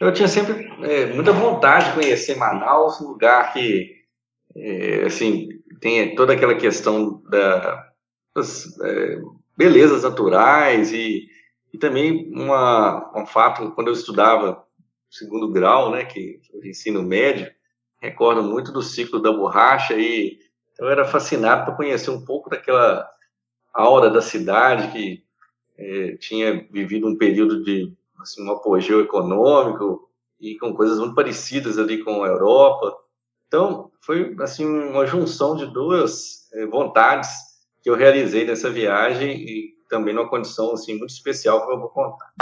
Eu tinha sempre muita vontade de conhecer Manaus, um lugar que, assim, tem toda aquela questão das belezas naturais e também um fato, quando eu estudava segundo grau, né, que o ensino médio, recordo muito do ciclo da borracha e eu era fascinado por conhecer um pouco daquela aura da cidade que tinha vivido um período de assim, um apogeu econômico e com coisas muito parecidas ali com a Europa. Então, foi assim uma junção de duas vontades que eu realizei nessa viagem e também numa condição assim muito especial que eu vou contar.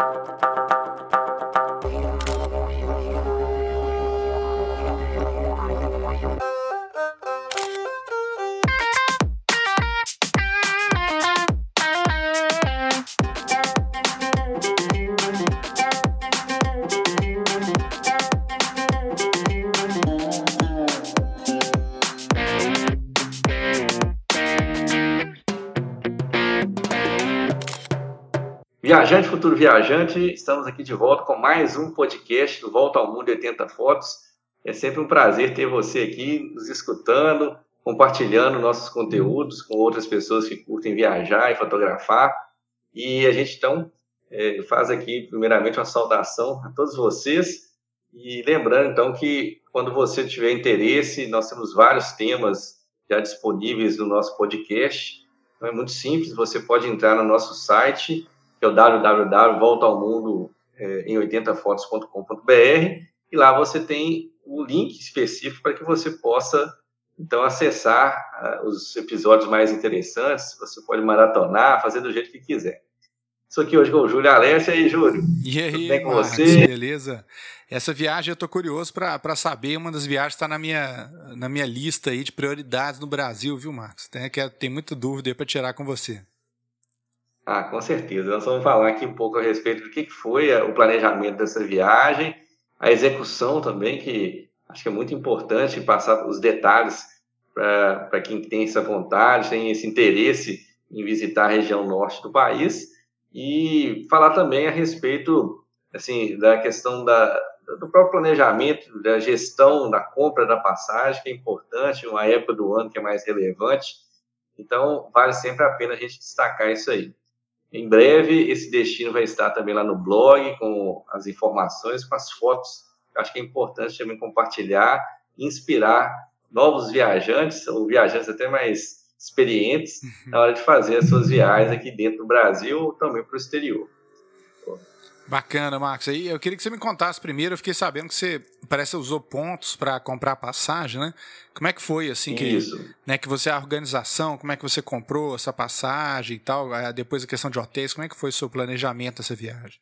Viajante, futuro viajante, estamos aqui de volta com mais um podcast do Volta ao Mundo 80 Fotos. É sempre um prazer ter você aqui nos escutando, compartilhando nossos conteúdos com outras pessoas que curtem viajar e fotografar. E a gente, então, faz aqui, primeiramente, uma saudação a todos vocês. E lembrando, então, que quando você tiver interesse, nós temos vários temas já disponíveis no nosso podcast. Então, é muito simples, você pode entrar no nosso site, que é o www.voltaalmundo em 80fotos.com.br, e lá você tem o link específico para que você possa, então, acessar os episódios mais interessantes. Você pode maratonar, fazer do jeito que quiser. Estou aqui hoje com o Júlio Alessia. E aí, Júlio? E aí, tudo bem com Marcos, você? beleza? Essa viagem eu tô curioso para saber. Uma das viagens está na minha lista aí de prioridades no Brasil, viu, Marcos? Tem muita dúvida aí para tirar com você. Ah, com certeza. Nós vamos falar aqui um pouco a respeito do que foi o planejamento dessa viagem, a execução também, que acho que é muito importante passar os detalhes para quem tem essa vontade, tem esse interesse em visitar a região norte do país, e falar também a respeito assim, da questão do próprio planejamento, da gestão da compra da passagem, que é importante, uma época do ano que é mais relevante. Então, vale sempre a pena a gente destacar isso aí. Em breve, esse destino vai estar também lá no blog, com as informações, com as fotos. Acho que é importante também compartilhar, inspirar novos viajantes, ou viajantes até mais experientes, na hora de fazer as suas viagens aqui dentro do Brasil ou também para o exterior. Bacana, Marcos. Aí eu queria que você me contasse primeiro. Eu fiquei sabendo que você parece usou pontos para comprar passagem, né? Como é que foi assim que você a organização? Como é que você comprou essa passagem e tal? Depois a questão de hotéis, como é que foi o seu planejamento dessa viagem?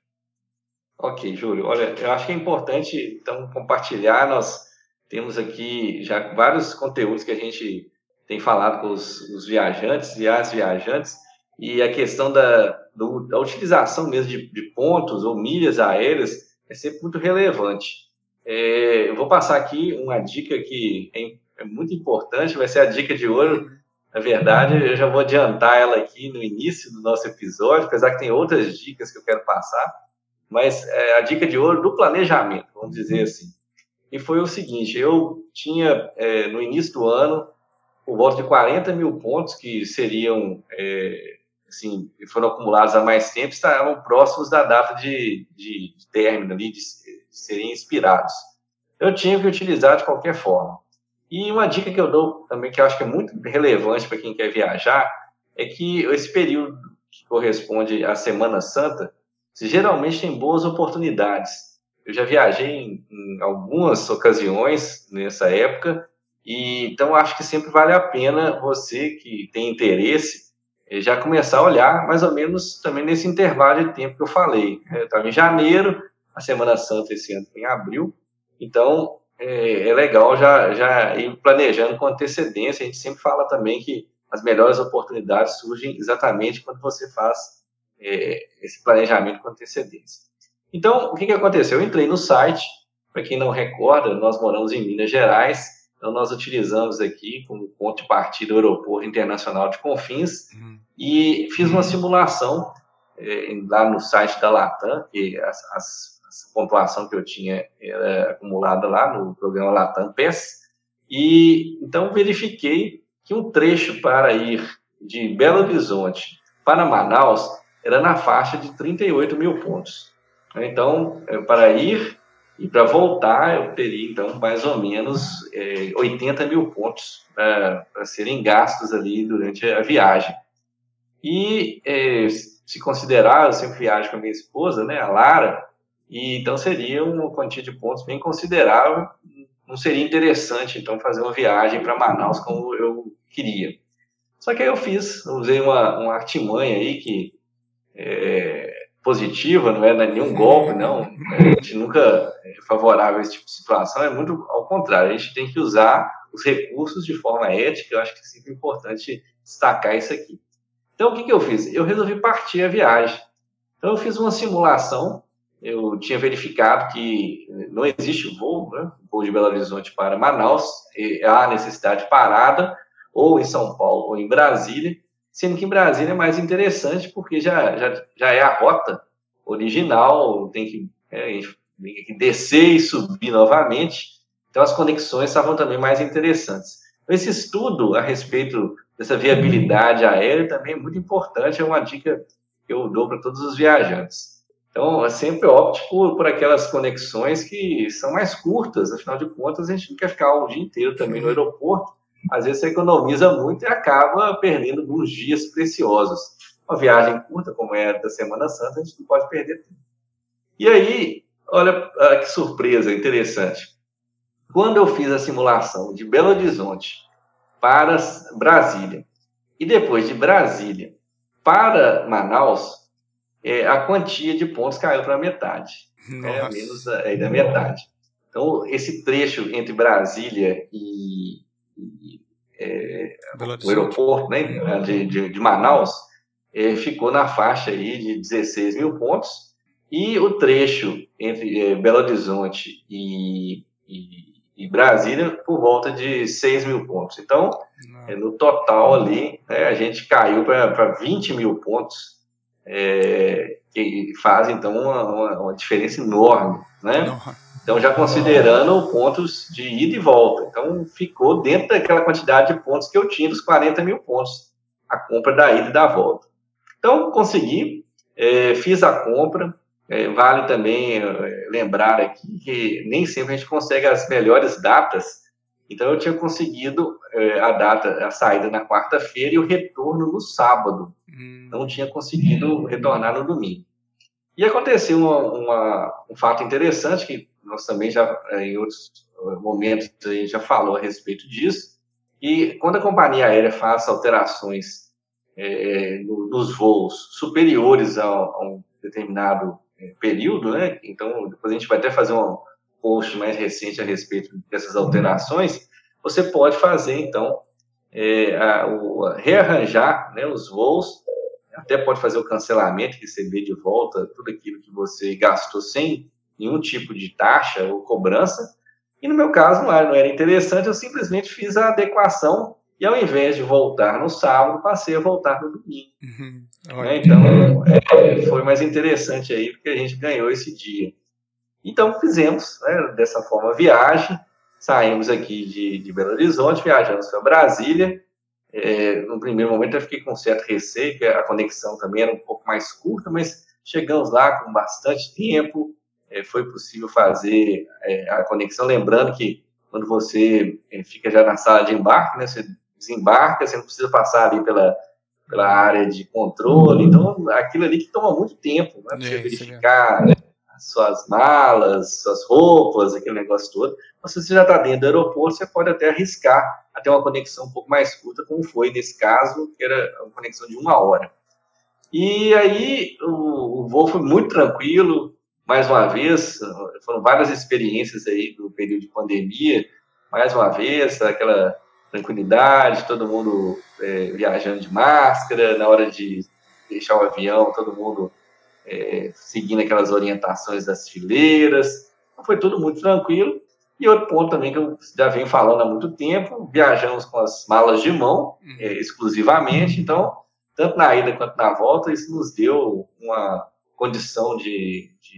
Ok, Júlio. Olha, eu acho que é importante então compartilhar. Nós temos aqui já vários conteúdos que a gente tem falado com os viajantes e as viajantes, e a questão da utilização mesmo de pontos ou milhas aéreas é sempre muito relevante. Eu vou passar aqui uma dica que é muito importante, vai ser a dica de ouro. Na verdade, eu já vou adiantar ela aqui no início do nosso episódio, apesar que tem outras dicas que eu quero passar, mas a dica de ouro do planejamento, vamos dizer assim. E foi o seguinte, eu tinha, no início do ano, por volta de 40 mil pontos, que seriam, assim, foram acumulados há mais tempo, estavam próximos da data de término, ali, de serem expirados. Eu tinha que utilizar de qualquer forma. E uma dica que eu dou também, que eu acho que é muito relevante para quem quer viajar, é que esse período que corresponde à Semana Santa, geralmente tem boas oportunidades. Eu já viajei em algumas ocasiões nessa época, e então acho que sempre vale a pena você que tem interesse já começar a olhar mais ou menos também nesse intervalo de tempo que eu falei. Eu estava em janeiro, a Semana Santa esse ano foi em abril, então é legal já ir planejando com antecedência. A gente sempre fala também que as melhores oportunidades surgem exatamente quando você faz esse planejamento com antecedência. Então, o que aconteceu? Eu entrei no site, para quem não recorda, nós moramos em Minas Gerais, então nós utilizamos aqui como ponto de partida o Aeroporto Internacional de Confins, e fiz uma simulação lá no site da Latam, que as essa pontuação que eu tinha era acumulada lá no programa Latam PES, e então verifiquei que um trecho para ir de Belo Horizonte para Manaus era na faixa de 38 mil pontos. Então, para ir e para voltar, eu teria, então, mais ou menos 80 mil pontos para serem gastos ali durante a viagem. E se considerar, eu sempre viajo com a minha esposa, né, a Lara, e então seria uma quantia de pontos bem considerável. Não seria interessante, então, fazer uma viagem para Manaus como eu queria. Só que aí usei uma artimanha aí que positiva, não é nenhum golpe, não. A gente nunca é favorável a esse tipo de situação, é muito ao contrário. A gente tem que usar os recursos de forma ética, eu acho que é sempre importante destacar isso aqui. Então, o que eu fiz? Eu resolvi partir a viagem. Então, eu fiz uma simulação, eu tinha verificado que não existe voo, né? Voo de Belo Horizonte para Manaus, há necessidade de parada, ou em São Paulo ou em Brasília, sendo que em Brasília é mais interessante porque já é a rota original, a gente tem que descer e subir novamente, então as conexões estavam também mais interessantes. Esse estudo a respeito dessa viabilidade aérea também é muito importante, é uma dica que eu dou para todos os viajantes. Então, eu sempre opte por aquelas conexões que são mais curtas, afinal de contas, a gente não quer ficar o dia inteiro também no aeroporto, às vezes você economiza muito e acaba perdendo alguns dias preciosos. Uma viagem curta, como é a da Semana Santa, a gente não pode perder tudo. E aí, olha que surpresa interessante. Quando eu fiz a simulação de Belo Horizonte para Brasília, e depois de Brasília para Manaus, a quantia de pontos caiu para metade. Menos da metade. Então, esse trecho entre Brasília e o aeroporto, né, de Manaus, ficou na faixa aí de 16 mil pontos, e o trecho entre Belo Horizonte e Brasília por volta de 6 mil pontos. Então, no total ali, a gente caiu para 20 mil pontos, que faz, então, uma diferença enorme, né? Então, já considerando pontos de ida e volta. Então, ficou dentro daquela quantidade de pontos que eu tinha, dos 40 mil pontos, a compra da ida e da volta. Então, consegui, fiz a compra. Vale também lembrar aqui que nem sempre a gente consegue as melhores datas. Então, eu tinha conseguido a saída na quarta-feira e o retorno no sábado. Não tinha conseguido retornar no domingo. E aconteceu um fato interessante, que nós também já, em outros momentos, a gente já falou a respeito disso, e quando a companhia aérea faz alterações nos voos superiores a um determinado período, né? Então, depois a gente vai até fazer um post mais recente a respeito dessas alterações, você pode fazer, então, rearranjar, né, os voos, até pode fazer o cancelamento, receber de volta tudo aquilo que você gastou sem nenhum tipo de taxa ou cobrança. E no meu caso não era interessante, eu simplesmente fiz a adequação e ao invés de voltar no sábado, passei a voltar no domingo. Então, foi mais interessante aí, porque a gente ganhou esse dia. Então, fizemos, né, dessa forma a viagem, saímos aqui de Belo Horizonte, viajamos para Brasília. No primeiro momento eu fiquei com um certo receio, que a conexão também era um pouco mais curta, mas chegamos lá com bastante tempo, foi possível fazer a conexão, lembrando que quando você fica já na sala de embarque, né, você desembarca, você não precisa passar ali pela área de controle, então aquilo ali que toma muito tempo, né, para você verificar as suas malas, suas roupas, aquele negócio todo. Mas se você já está dentro do aeroporto, você pode até arriscar até uma conexão um pouco mais curta, como foi nesse caso, que era uma conexão de 1 hora. E aí o voo foi muito tranquilo, mais uma vez, foram várias experiências aí do período de pandemia, mais uma vez, aquela tranquilidade, todo mundo viajando de máscara, na hora de deixar o avião, todo mundo seguindo aquelas orientações das fileiras, então, foi tudo muito tranquilo. E outro ponto também que eu já venho falando há muito tempo, viajamos com as malas de mão, exclusivamente, então, tanto na ida quanto na volta, isso nos deu uma condição de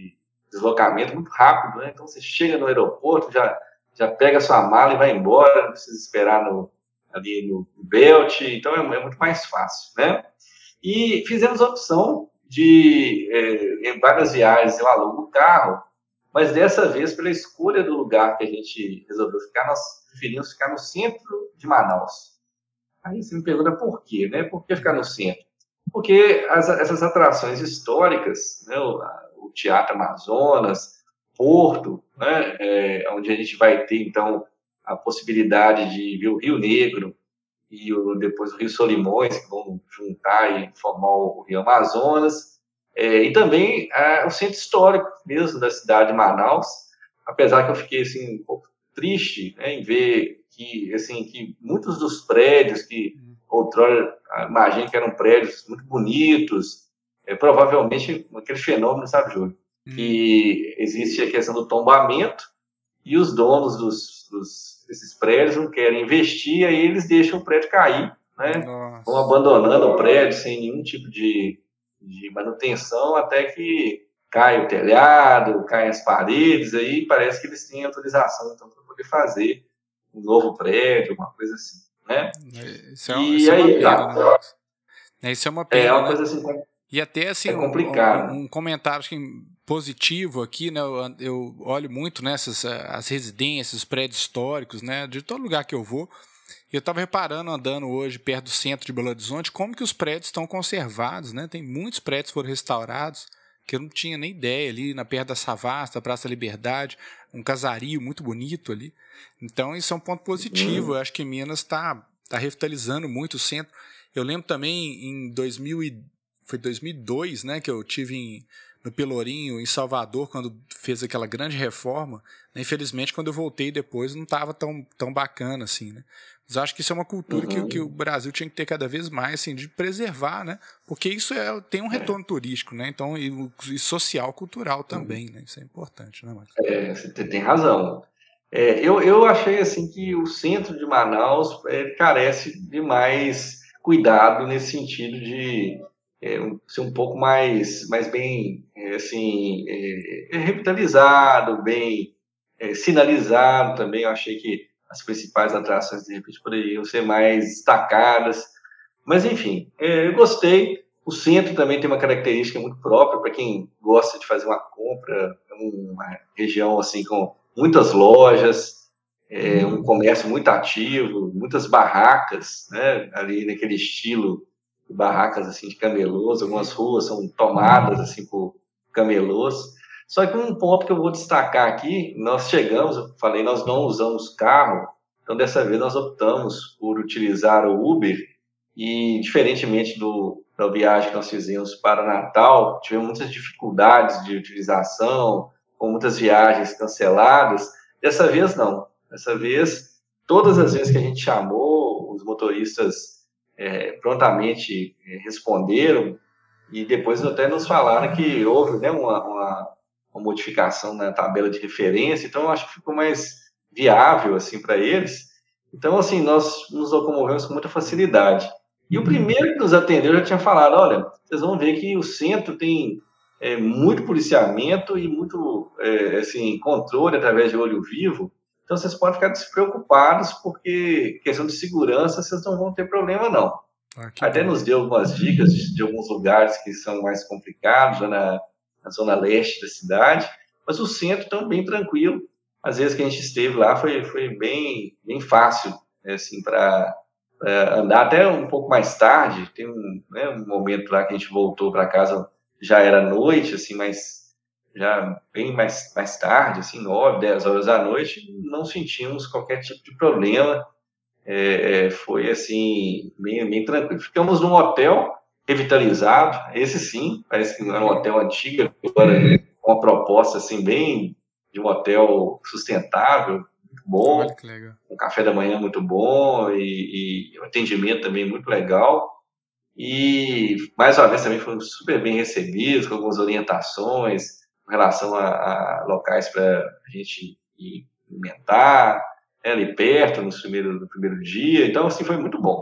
deslocamento muito rápido, né? Então você chega no aeroporto, já pega a sua mala e vai embora, não precisa esperar ali no belt, então é muito mais fácil, né? E fizemos a opção de, em várias viagens, eu alugo o carro, mas dessa vez, pela escolha do lugar que a gente resolveu ficar, nós preferimos ficar no centro de Manaus. Aí você me pergunta por quê, né? Por que ficar no centro? Porque essas atrações históricas, né? O Teatro Amazonas, Porto, né? Onde a gente vai ter, então, a possibilidade de ver o Rio Negro e depois o Rio Solimões, que vão juntar e formar o Rio Amazonas, e também o centro histórico mesmo da cidade de Manaus, apesar que eu fiquei assim, um pouco triste, né, em ver que, assim, que muitos dos prédios que outrora imagino que eram prédios muito bonitos, provavelmente aquele fenômeno, sabe, Júlio, que existe a questão do tombamento e os donos desses prédios não querem investir, aí eles deixam o prédio cair, né? Vão abandonando o prédio sem nenhum tipo de manutenção até que cai o telhado, caem as paredes, aí parece que eles têm autorização então, para poder fazer um novo prédio, uma coisa assim, né? Isso é uma pena, né? Isso é uma pena, é uma né? coisa assim, e até assim, complicado. Um comentário assim, positivo aqui, né? Eu olho muito nessas as residências, os prédios históricos, né? De todo lugar que eu vou. E eu estava reparando, andando hoje perto do centro de Belo Horizonte, como que os prédios estão conservados, né? Tem muitos prédios que foram restaurados, que eu não tinha nem ideia ali, perto da Savassi, Praça da Liberdade, um casario muito bonito ali. Então, isso é um ponto positivo. Eu acho que Minas está revitalizando muito o centro. Eu lembro também em 2002, né, que eu tive no Pelourinho, em Salvador, quando fez aquela grande reforma. Infelizmente, quando eu voltei depois, não estava tão bacana assim, né? Mas acho que isso é uma cultura que o Brasil tinha que ter cada vez mais, assim, de preservar, né? Porque isso tem um retorno turístico, né? Então, e social, cultural também, né? Isso é importante, né, Marcos? Você tem razão. Eu achei assim que o centro de Manaus carece de mais cuidado nesse sentido de ser um pouco mais bem assim, revitalizado, bem sinalizado também. Eu achei que as principais atrações de repente poderiam ser mais destacadas. Mas enfim, eu gostei. O centro também tem uma característica muito própria para quem gosta de fazer uma compra, uma região assim com muitas lojas, um comércio muito ativo, muitas barracas, né, ali naquele estilo de barracas assim de camelôs, algumas ruas são tomadas assim por camelôs. Só que um ponto que eu vou destacar aqui, nós chegamos, eu falei, nós não usamos carro, então dessa vez nós optamos por utilizar o Uber e diferentemente da viagem que nós fizemos para Natal, tivemos muitas dificuldades de utilização, com muitas viagens canceladas. Dessa vez, não. Dessa vez, todas as vezes que a gente chamou, os motoristas prontamente responderam e depois até nos falaram que houve, né, uma modificação na tabela de referência, então eu acho que ficou mais viável assim para eles. Então, assim, nós nos locomovemos com muita facilidade. E o primeiro que nos atendeu já tinha falado, olha, vocês vão ver que o centro tem muito policiamento e muito assim, controle através de olho vivo, então vocês podem ficar despreocupados, porque questão de segurança vocês não vão ter problema, não. Até nos deu algumas dicas de alguns lugares que são mais complicados, na zona leste da cidade, mas o centro está bem tranquilo. Às vezes que a gente esteve lá foi bem fácil, assim, para andar até um pouco mais tarde. Tem um momento lá que a gente voltou para casa, já era noite, assim, mas já bem mais tarde, assim, 9, 10 horas da noite, não sentimos qualquer tipo de problema. Foi assim, bem tranquilo. Ficamos num hotel revitalizado, esse sim, parece que era um hotel antigo, agora com uma proposta assim, bem de um hotel sustentável, muito bom, um café da manhã muito bom e um atendimento também muito legal. E mais uma vez também fomos super bem recebidos, com algumas orientações com relação a locais para a gente ir alimentar, ali perto, no primeiro dia. Então, assim, foi muito bom.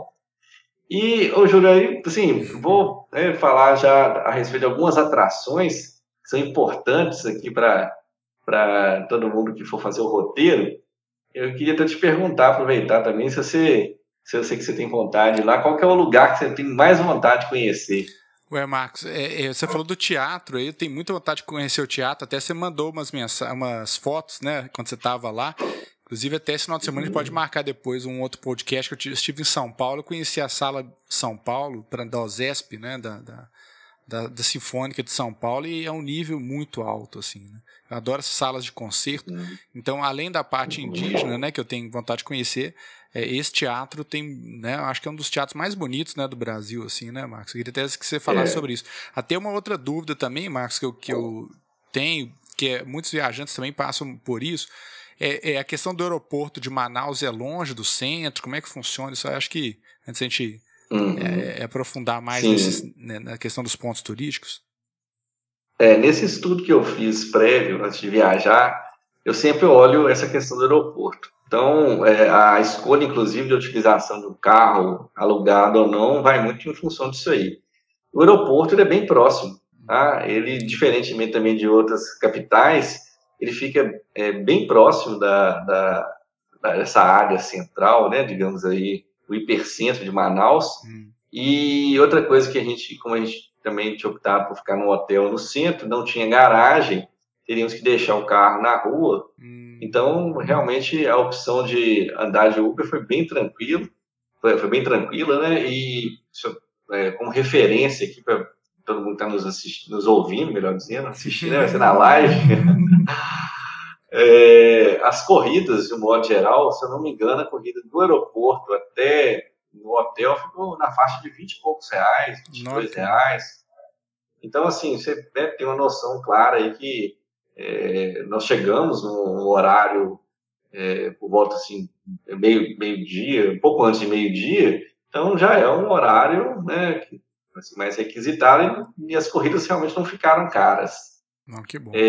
E, Júlio, aí, assim, vou falar já a respeito de algumas atrações que são importantes aqui para todo mundo que for fazer o roteiro. Eu queria até te perguntar, aproveitar também, se eu sei que você tem vontade de ir lá, qual que é o lugar que você tem mais vontade de conhecer? Ué, Marcos, você falou do teatro aí, eu tenho muita vontade de conhecer o teatro, até você mandou umas fotos, né, quando você estava lá. Inclusive, até esse final de semana a gente pode marcar depois um outro podcast, que eu estive em São Paulo, eu conheci a Sala São Paulo, da OSESP, né, da Sinfônica de São Paulo, e é um nível muito alto, assim, né? Eu adoro essas salas de concerto. Então, além da parte indígena, né, que eu tenho vontade de conhecer, esse teatro tem, né, acho que é um dos teatros mais bonitos, né, do Brasil, assim, né, Marcos? Eu queria até que você falasse sobre isso. Até uma outra dúvida também, Marcos, que eu tenho, que muitos viajantes também passam por isso, é a questão do aeroporto de Manaus. É longe do centro? Como é que funciona isso? Eu acho que antes a gente aprofundar mais na questão dos pontos turísticos. Nesse estudo que eu fiz prévio, antes de viajar, eu sempre olho essa questão do aeroporto. Então, a escolha, inclusive, de utilização do carro, alugado ou não, vai muito em função disso aí. O aeroporto ele é bem próximo, tá? Ele, diferentemente também de outras capitais, ele fica bem próximo dessa área central, né? Digamos aí, o hipercentro de Manaus. E outra coisa que como a gente também tinha optado por ficar num hotel no centro, não tinha garagem, teríamos que deixar o carro na rua. Então, realmente, a opção de andar de Uber foi bem tranquilo, foi bem tranquila, né? E como referência aqui para todo mundo que está nos assistindo, nos ouvindo, melhor dizendo, assistindo, né? Vai ser na live. As corridas, de um modo geral, se eu não me engano, a corrida do aeroporto até no hotel ficou na faixa de 20 e poucos reais, R$22. Então, assim, você deve ter uma noção clara aí que nós chegamos no horário por volta, assim, meio-dia, um pouco antes de meio-dia, então já é um horário, né, assim, mais requisitado, e as corridas realmente não ficaram caras. Que bom.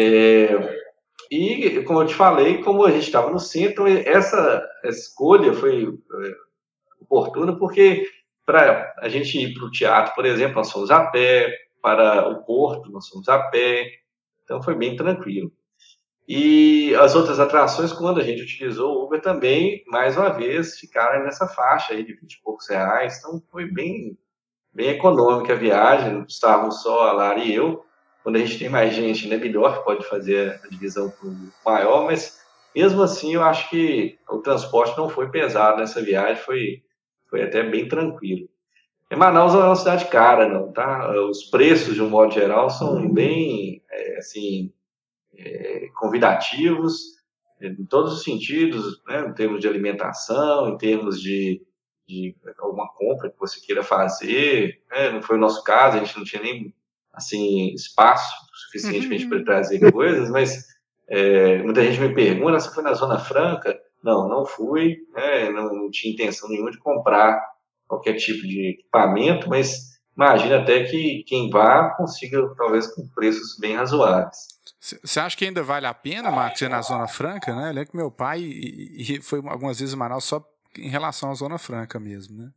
E, como eu te falei, como a gente estava no centro, essa escolha foi oportuna, porque para a gente ir para o teatro, por exemplo, nós fomos a pé, para o porto, nós fomos a pé, então foi bem tranquilo. E as outras atrações, quando a gente utilizou o Uber também, mais uma vez, ficaram nessa faixa aí de 20 e poucos reais, então foi bem econômica a viagem, estávamos só a Lara e eu. Quando a gente tem mais gente, né, melhor, pode fazer a divisão maior, mas mesmo assim eu acho que o transporte não foi pesado nessa viagem, foi até bem tranquilo. E Manaus não é uma cidade cara, não, tá? Os preços, de um modo geral, são bem, assim, convidativos, em todos os sentidos, né? Em termos de alimentação, em termos de alguma compra que você queira fazer, né? Não foi o nosso caso, a gente não tinha nem assim espaço suficiente para trazer coisas, mas muita gente me pergunta: você foi na Zona Franca? Não fui, né? Não tinha intenção nenhuma de comprar qualquer tipo de equipamento, mas imagina até que quem vá consiga, talvez, com preços bem razoáveis. Você acha que ainda vale a pena, Marcos, ir na Zona Franca, né? Eu lembro que meu pai foi algumas vezes em Manaus só em relação à Zona Franca mesmo, né?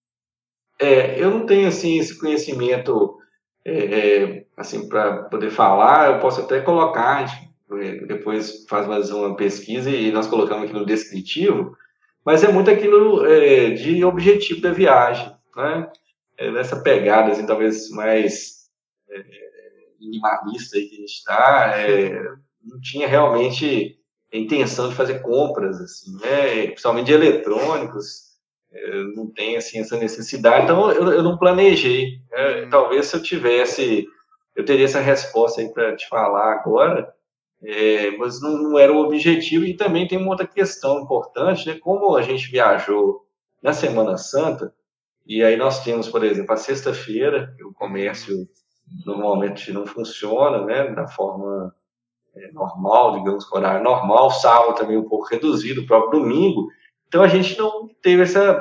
Eu não tenho, assim, esse conhecimento, assim, para poder falar. Eu posso até colocar, a gente depois faz mais uma pesquisa e nós colocamos aqui no descritivo, mas é muito aquilo de objetivo da viagem, né? Nessa pegada, assim, talvez mais minimalista aí que a gente está, não tinha realmente a intenção de fazer compras, assim, né? Principalmente de eletrônicos, não tem assim essa necessidade, então eu não planejei. Talvez se eu tivesse, eu teria essa resposta aí para te falar agora, mas não era o objetivo. E também tem uma outra questão importante, né? Como a gente viajou na Semana Santa, e aí nós temos, por exemplo, a sexta-feira, o comércio normalmente não funciona, né, da forma normal, digamos, com horário normal, sábado também um pouco reduzido, o próprio domingo. Então a gente não teve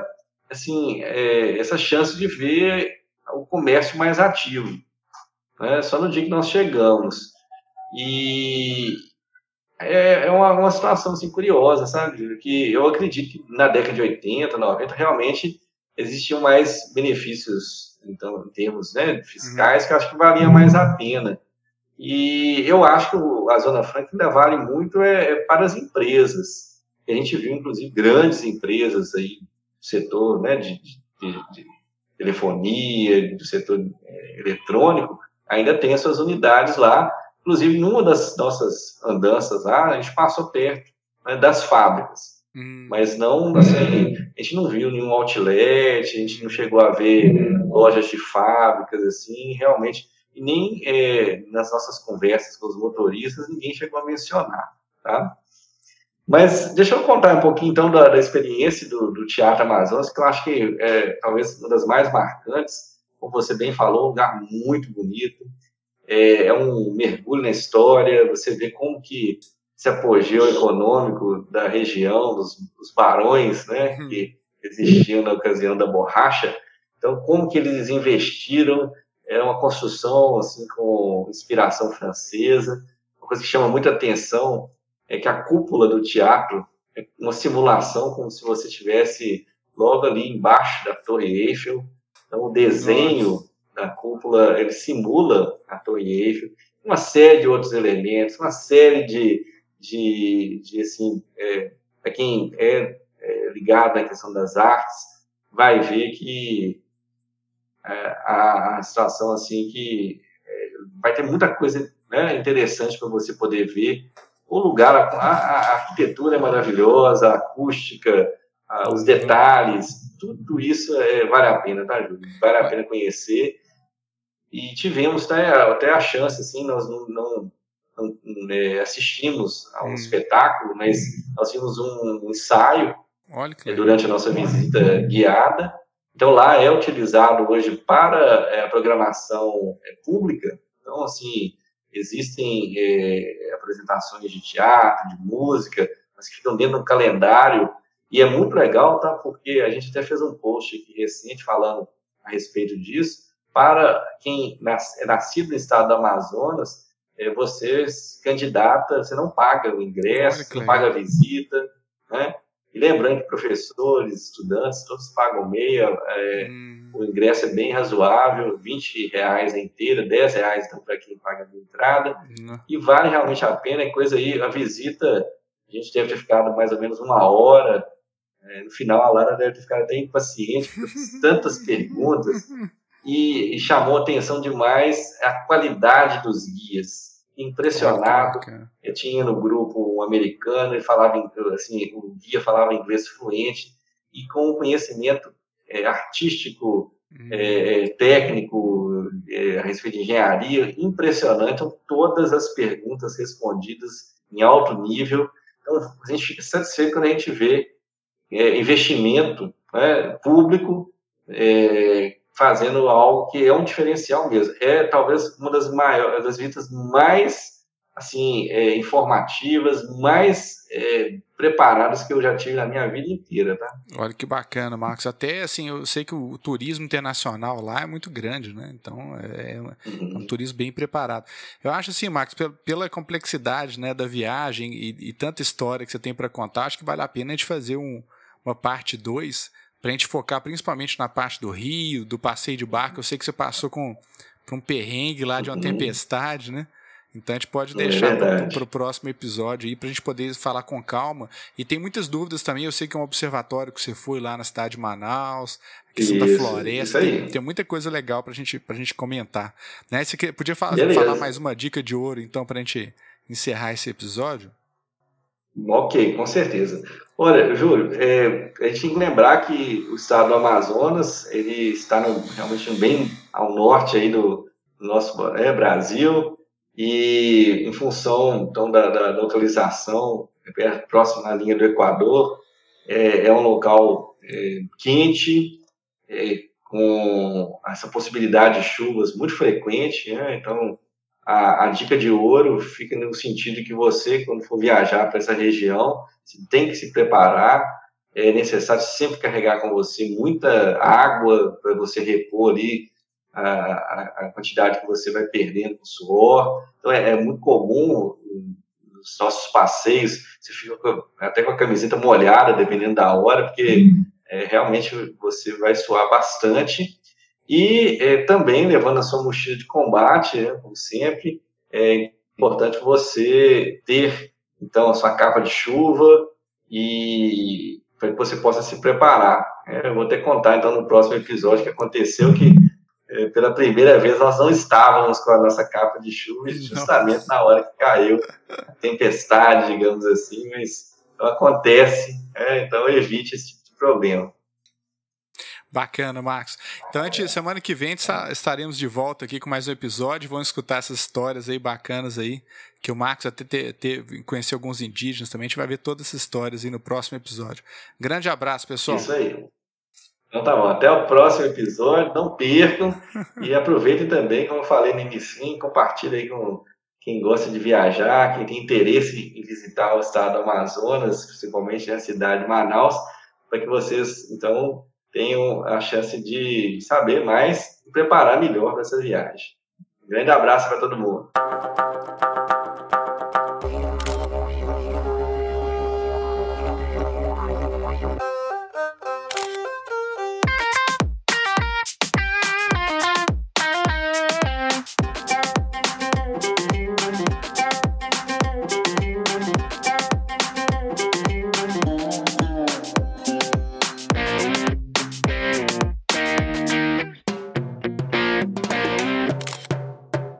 essa chance de ver o comércio mais ativo, né, só no dia que nós chegamos. E é uma situação assim, curiosa, sabe? Que eu acredito que na década de 80, 90, realmente existiam mais benefícios, então, em termos, né, fiscais, que eu acho que valia mais a pena. E eu acho que a Zona Franca ainda vale muito para as empresas. A gente viu, inclusive, grandes empresas aí do setor, né, de telefonia, do setor eletrônico, ainda tem as suas unidades lá. Inclusive, numa das nossas andanças lá, a gente passou perto, né, das fábricas. Mas não, assim, a gente não viu nenhum outlet, a gente não chegou a ver lojas de fábricas, assim, realmente, e nem nas nossas conversas com os motoristas, ninguém chegou a mencionar, tá? Mas deixa eu contar um pouquinho, então, da experiência do Teatro Amazonas, que eu acho que é talvez uma das mais marcantes. Como você bem falou, um lugar muito bonito, é um mergulho na história, você vê como que esse apogeu econômico da região, dos barões, né, que existiam na ocasião da borracha. Então, como que eles investiram, uma construção assim com inspiração francesa. Uma coisa que chama muita atenção é que a cúpula do teatro é uma simulação, como se você estivesse logo ali embaixo da Torre Eiffel. Então, o desenho da cúpula, ele simula a Torre Eiffel, uma série de outros elementos, uma série de assim, para quem é ligado na questão das artes, vai ver que a situação assim que vai ter muita coisa, né, interessante para você poder ver. O lugar, a arquitetura é maravilhosa, a acústica, os detalhes, tudo isso vale a pena, tá, Júlio? Vale a pena conhecer. E tivemos até a chance, assim, nós não assistimos a um espetáculo, mas nós tínhamos um ensaio durante a nossa visita guiada. Então, lá é utilizado hoje para a programação pública. Então, assim, existem apresentações de teatro, de música, mas que ficam dentro do calendário. E é muito legal, tá? Porque a gente até fez um post aqui recente falando a respeito disso. Para quem é nascido no estado do Amazonas, você se candidata, você não paga o ingresso, você não paga a visita, né? E lembrando que professores, estudantes, todos pagam meia, o ingresso é bem razoável, R$20 a inteira, R$10 então, para quem paga a entrada, e vale realmente a pena, é coisa aí, a visita, a gente deve ter ficado mais ou menos 1 hora, no final a Lara deve ter ficado até impaciente, por tantas perguntas, e chamou atenção demais a qualidade dos guias. Impressionado. Eu tinha no grupo um americano, ele falava assim, o guia falava inglês fluente e com um conhecimento artístico, técnico, a respeito de engenharia, impressionante. Então, todas as perguntas respondidas em alto nível. Então, a gente fica satisfeito quando a gente vê investimento, né, público, fazendo algo que é um diferencial mesmo. É talvez uma das maiores, das visitas mais assim informativas, mais preparadas que eu já tive na minha vida inteira, tá? Olha que bacana, Marcos. Até assim, eu sei que o turismo internacional lá é muito grande, né? Então é um turismo bem preparado. Eu acho assim, Marcos, pela complexidade, né, da viagem e tanta história que você tem para contar, acho que vale a pena a gente fazer uma parte 2 para a gente focar principalmente na parte do Rio, do passeio de barco. Eu sei que você passou por um perrengue lá de uma tempestade, né? Então a gente pode deixar para o próximo episódio aí, para a gente poder falar com calma. E tem muitas dúvidas também. Eu sei que é um observatório que você foi lá na cidade de Manaus, a questão da floresta. Tem muita coisa legal para a gente comentar. Né? Você podia falar mais uma dica de ouro, então, para a gente encerrar esse episódio? Ok, com certeza. Olha, Júlio, a gente tem que lembrar que o estado do Amazonas ele está realmente bem ao norte aí do nosso Brasil. E em função então da localização próximo à linha do Equador, é um local quente, com essa possibilidade de chuvas muito frequente, né? Então a dica de ouro fica no sentido que você, quando for viajar para essa região, você tem que se preparar. É necessário sempre carregar com você muita água para você repor ali a quantidade que você vai perdendo com suor. Então, é muito comum nos nossos passeios, você fica até com a camiseta molhada, dependendo da hora, porque realmente você vai suar bastante. E também levando a sua mochila de combate, né, como sempre, é importante você ter, então, a sua capa de chuva e para que você possa se preparar. Eu vou até contar, então, no próximo episódio que aconteceu que, pela primeira vez, nós não estávamos com a nossa capa de chuva, justamente na hora que caiu a tempestade, digamos assim, mas então, acontece, então evite esse tipo de problema. Bacana, Marcos. Então, semana que vem estaremos de volta aqui com mais um episódio. Vamos escutar essas histórias aí bacanas aí, que o Marcos até conheceu alguns indígenas também. A gente vai ver todas essas histórias aí no próximo episódio. Grande abraço, pessoal. Isso aí. Então tá bom, até o próximo episódio. Não percam e aproveitem também, como eu falei no início, compartilhem aí com quem gosta de viajar, quem tem interesse em visitar o estado do Amazonas, principalmente na cidade de Manaus, para que vocês, então, tenham a chance de saber mais e preparar melhor para essa viagem. Um grande abraço para todo mundo.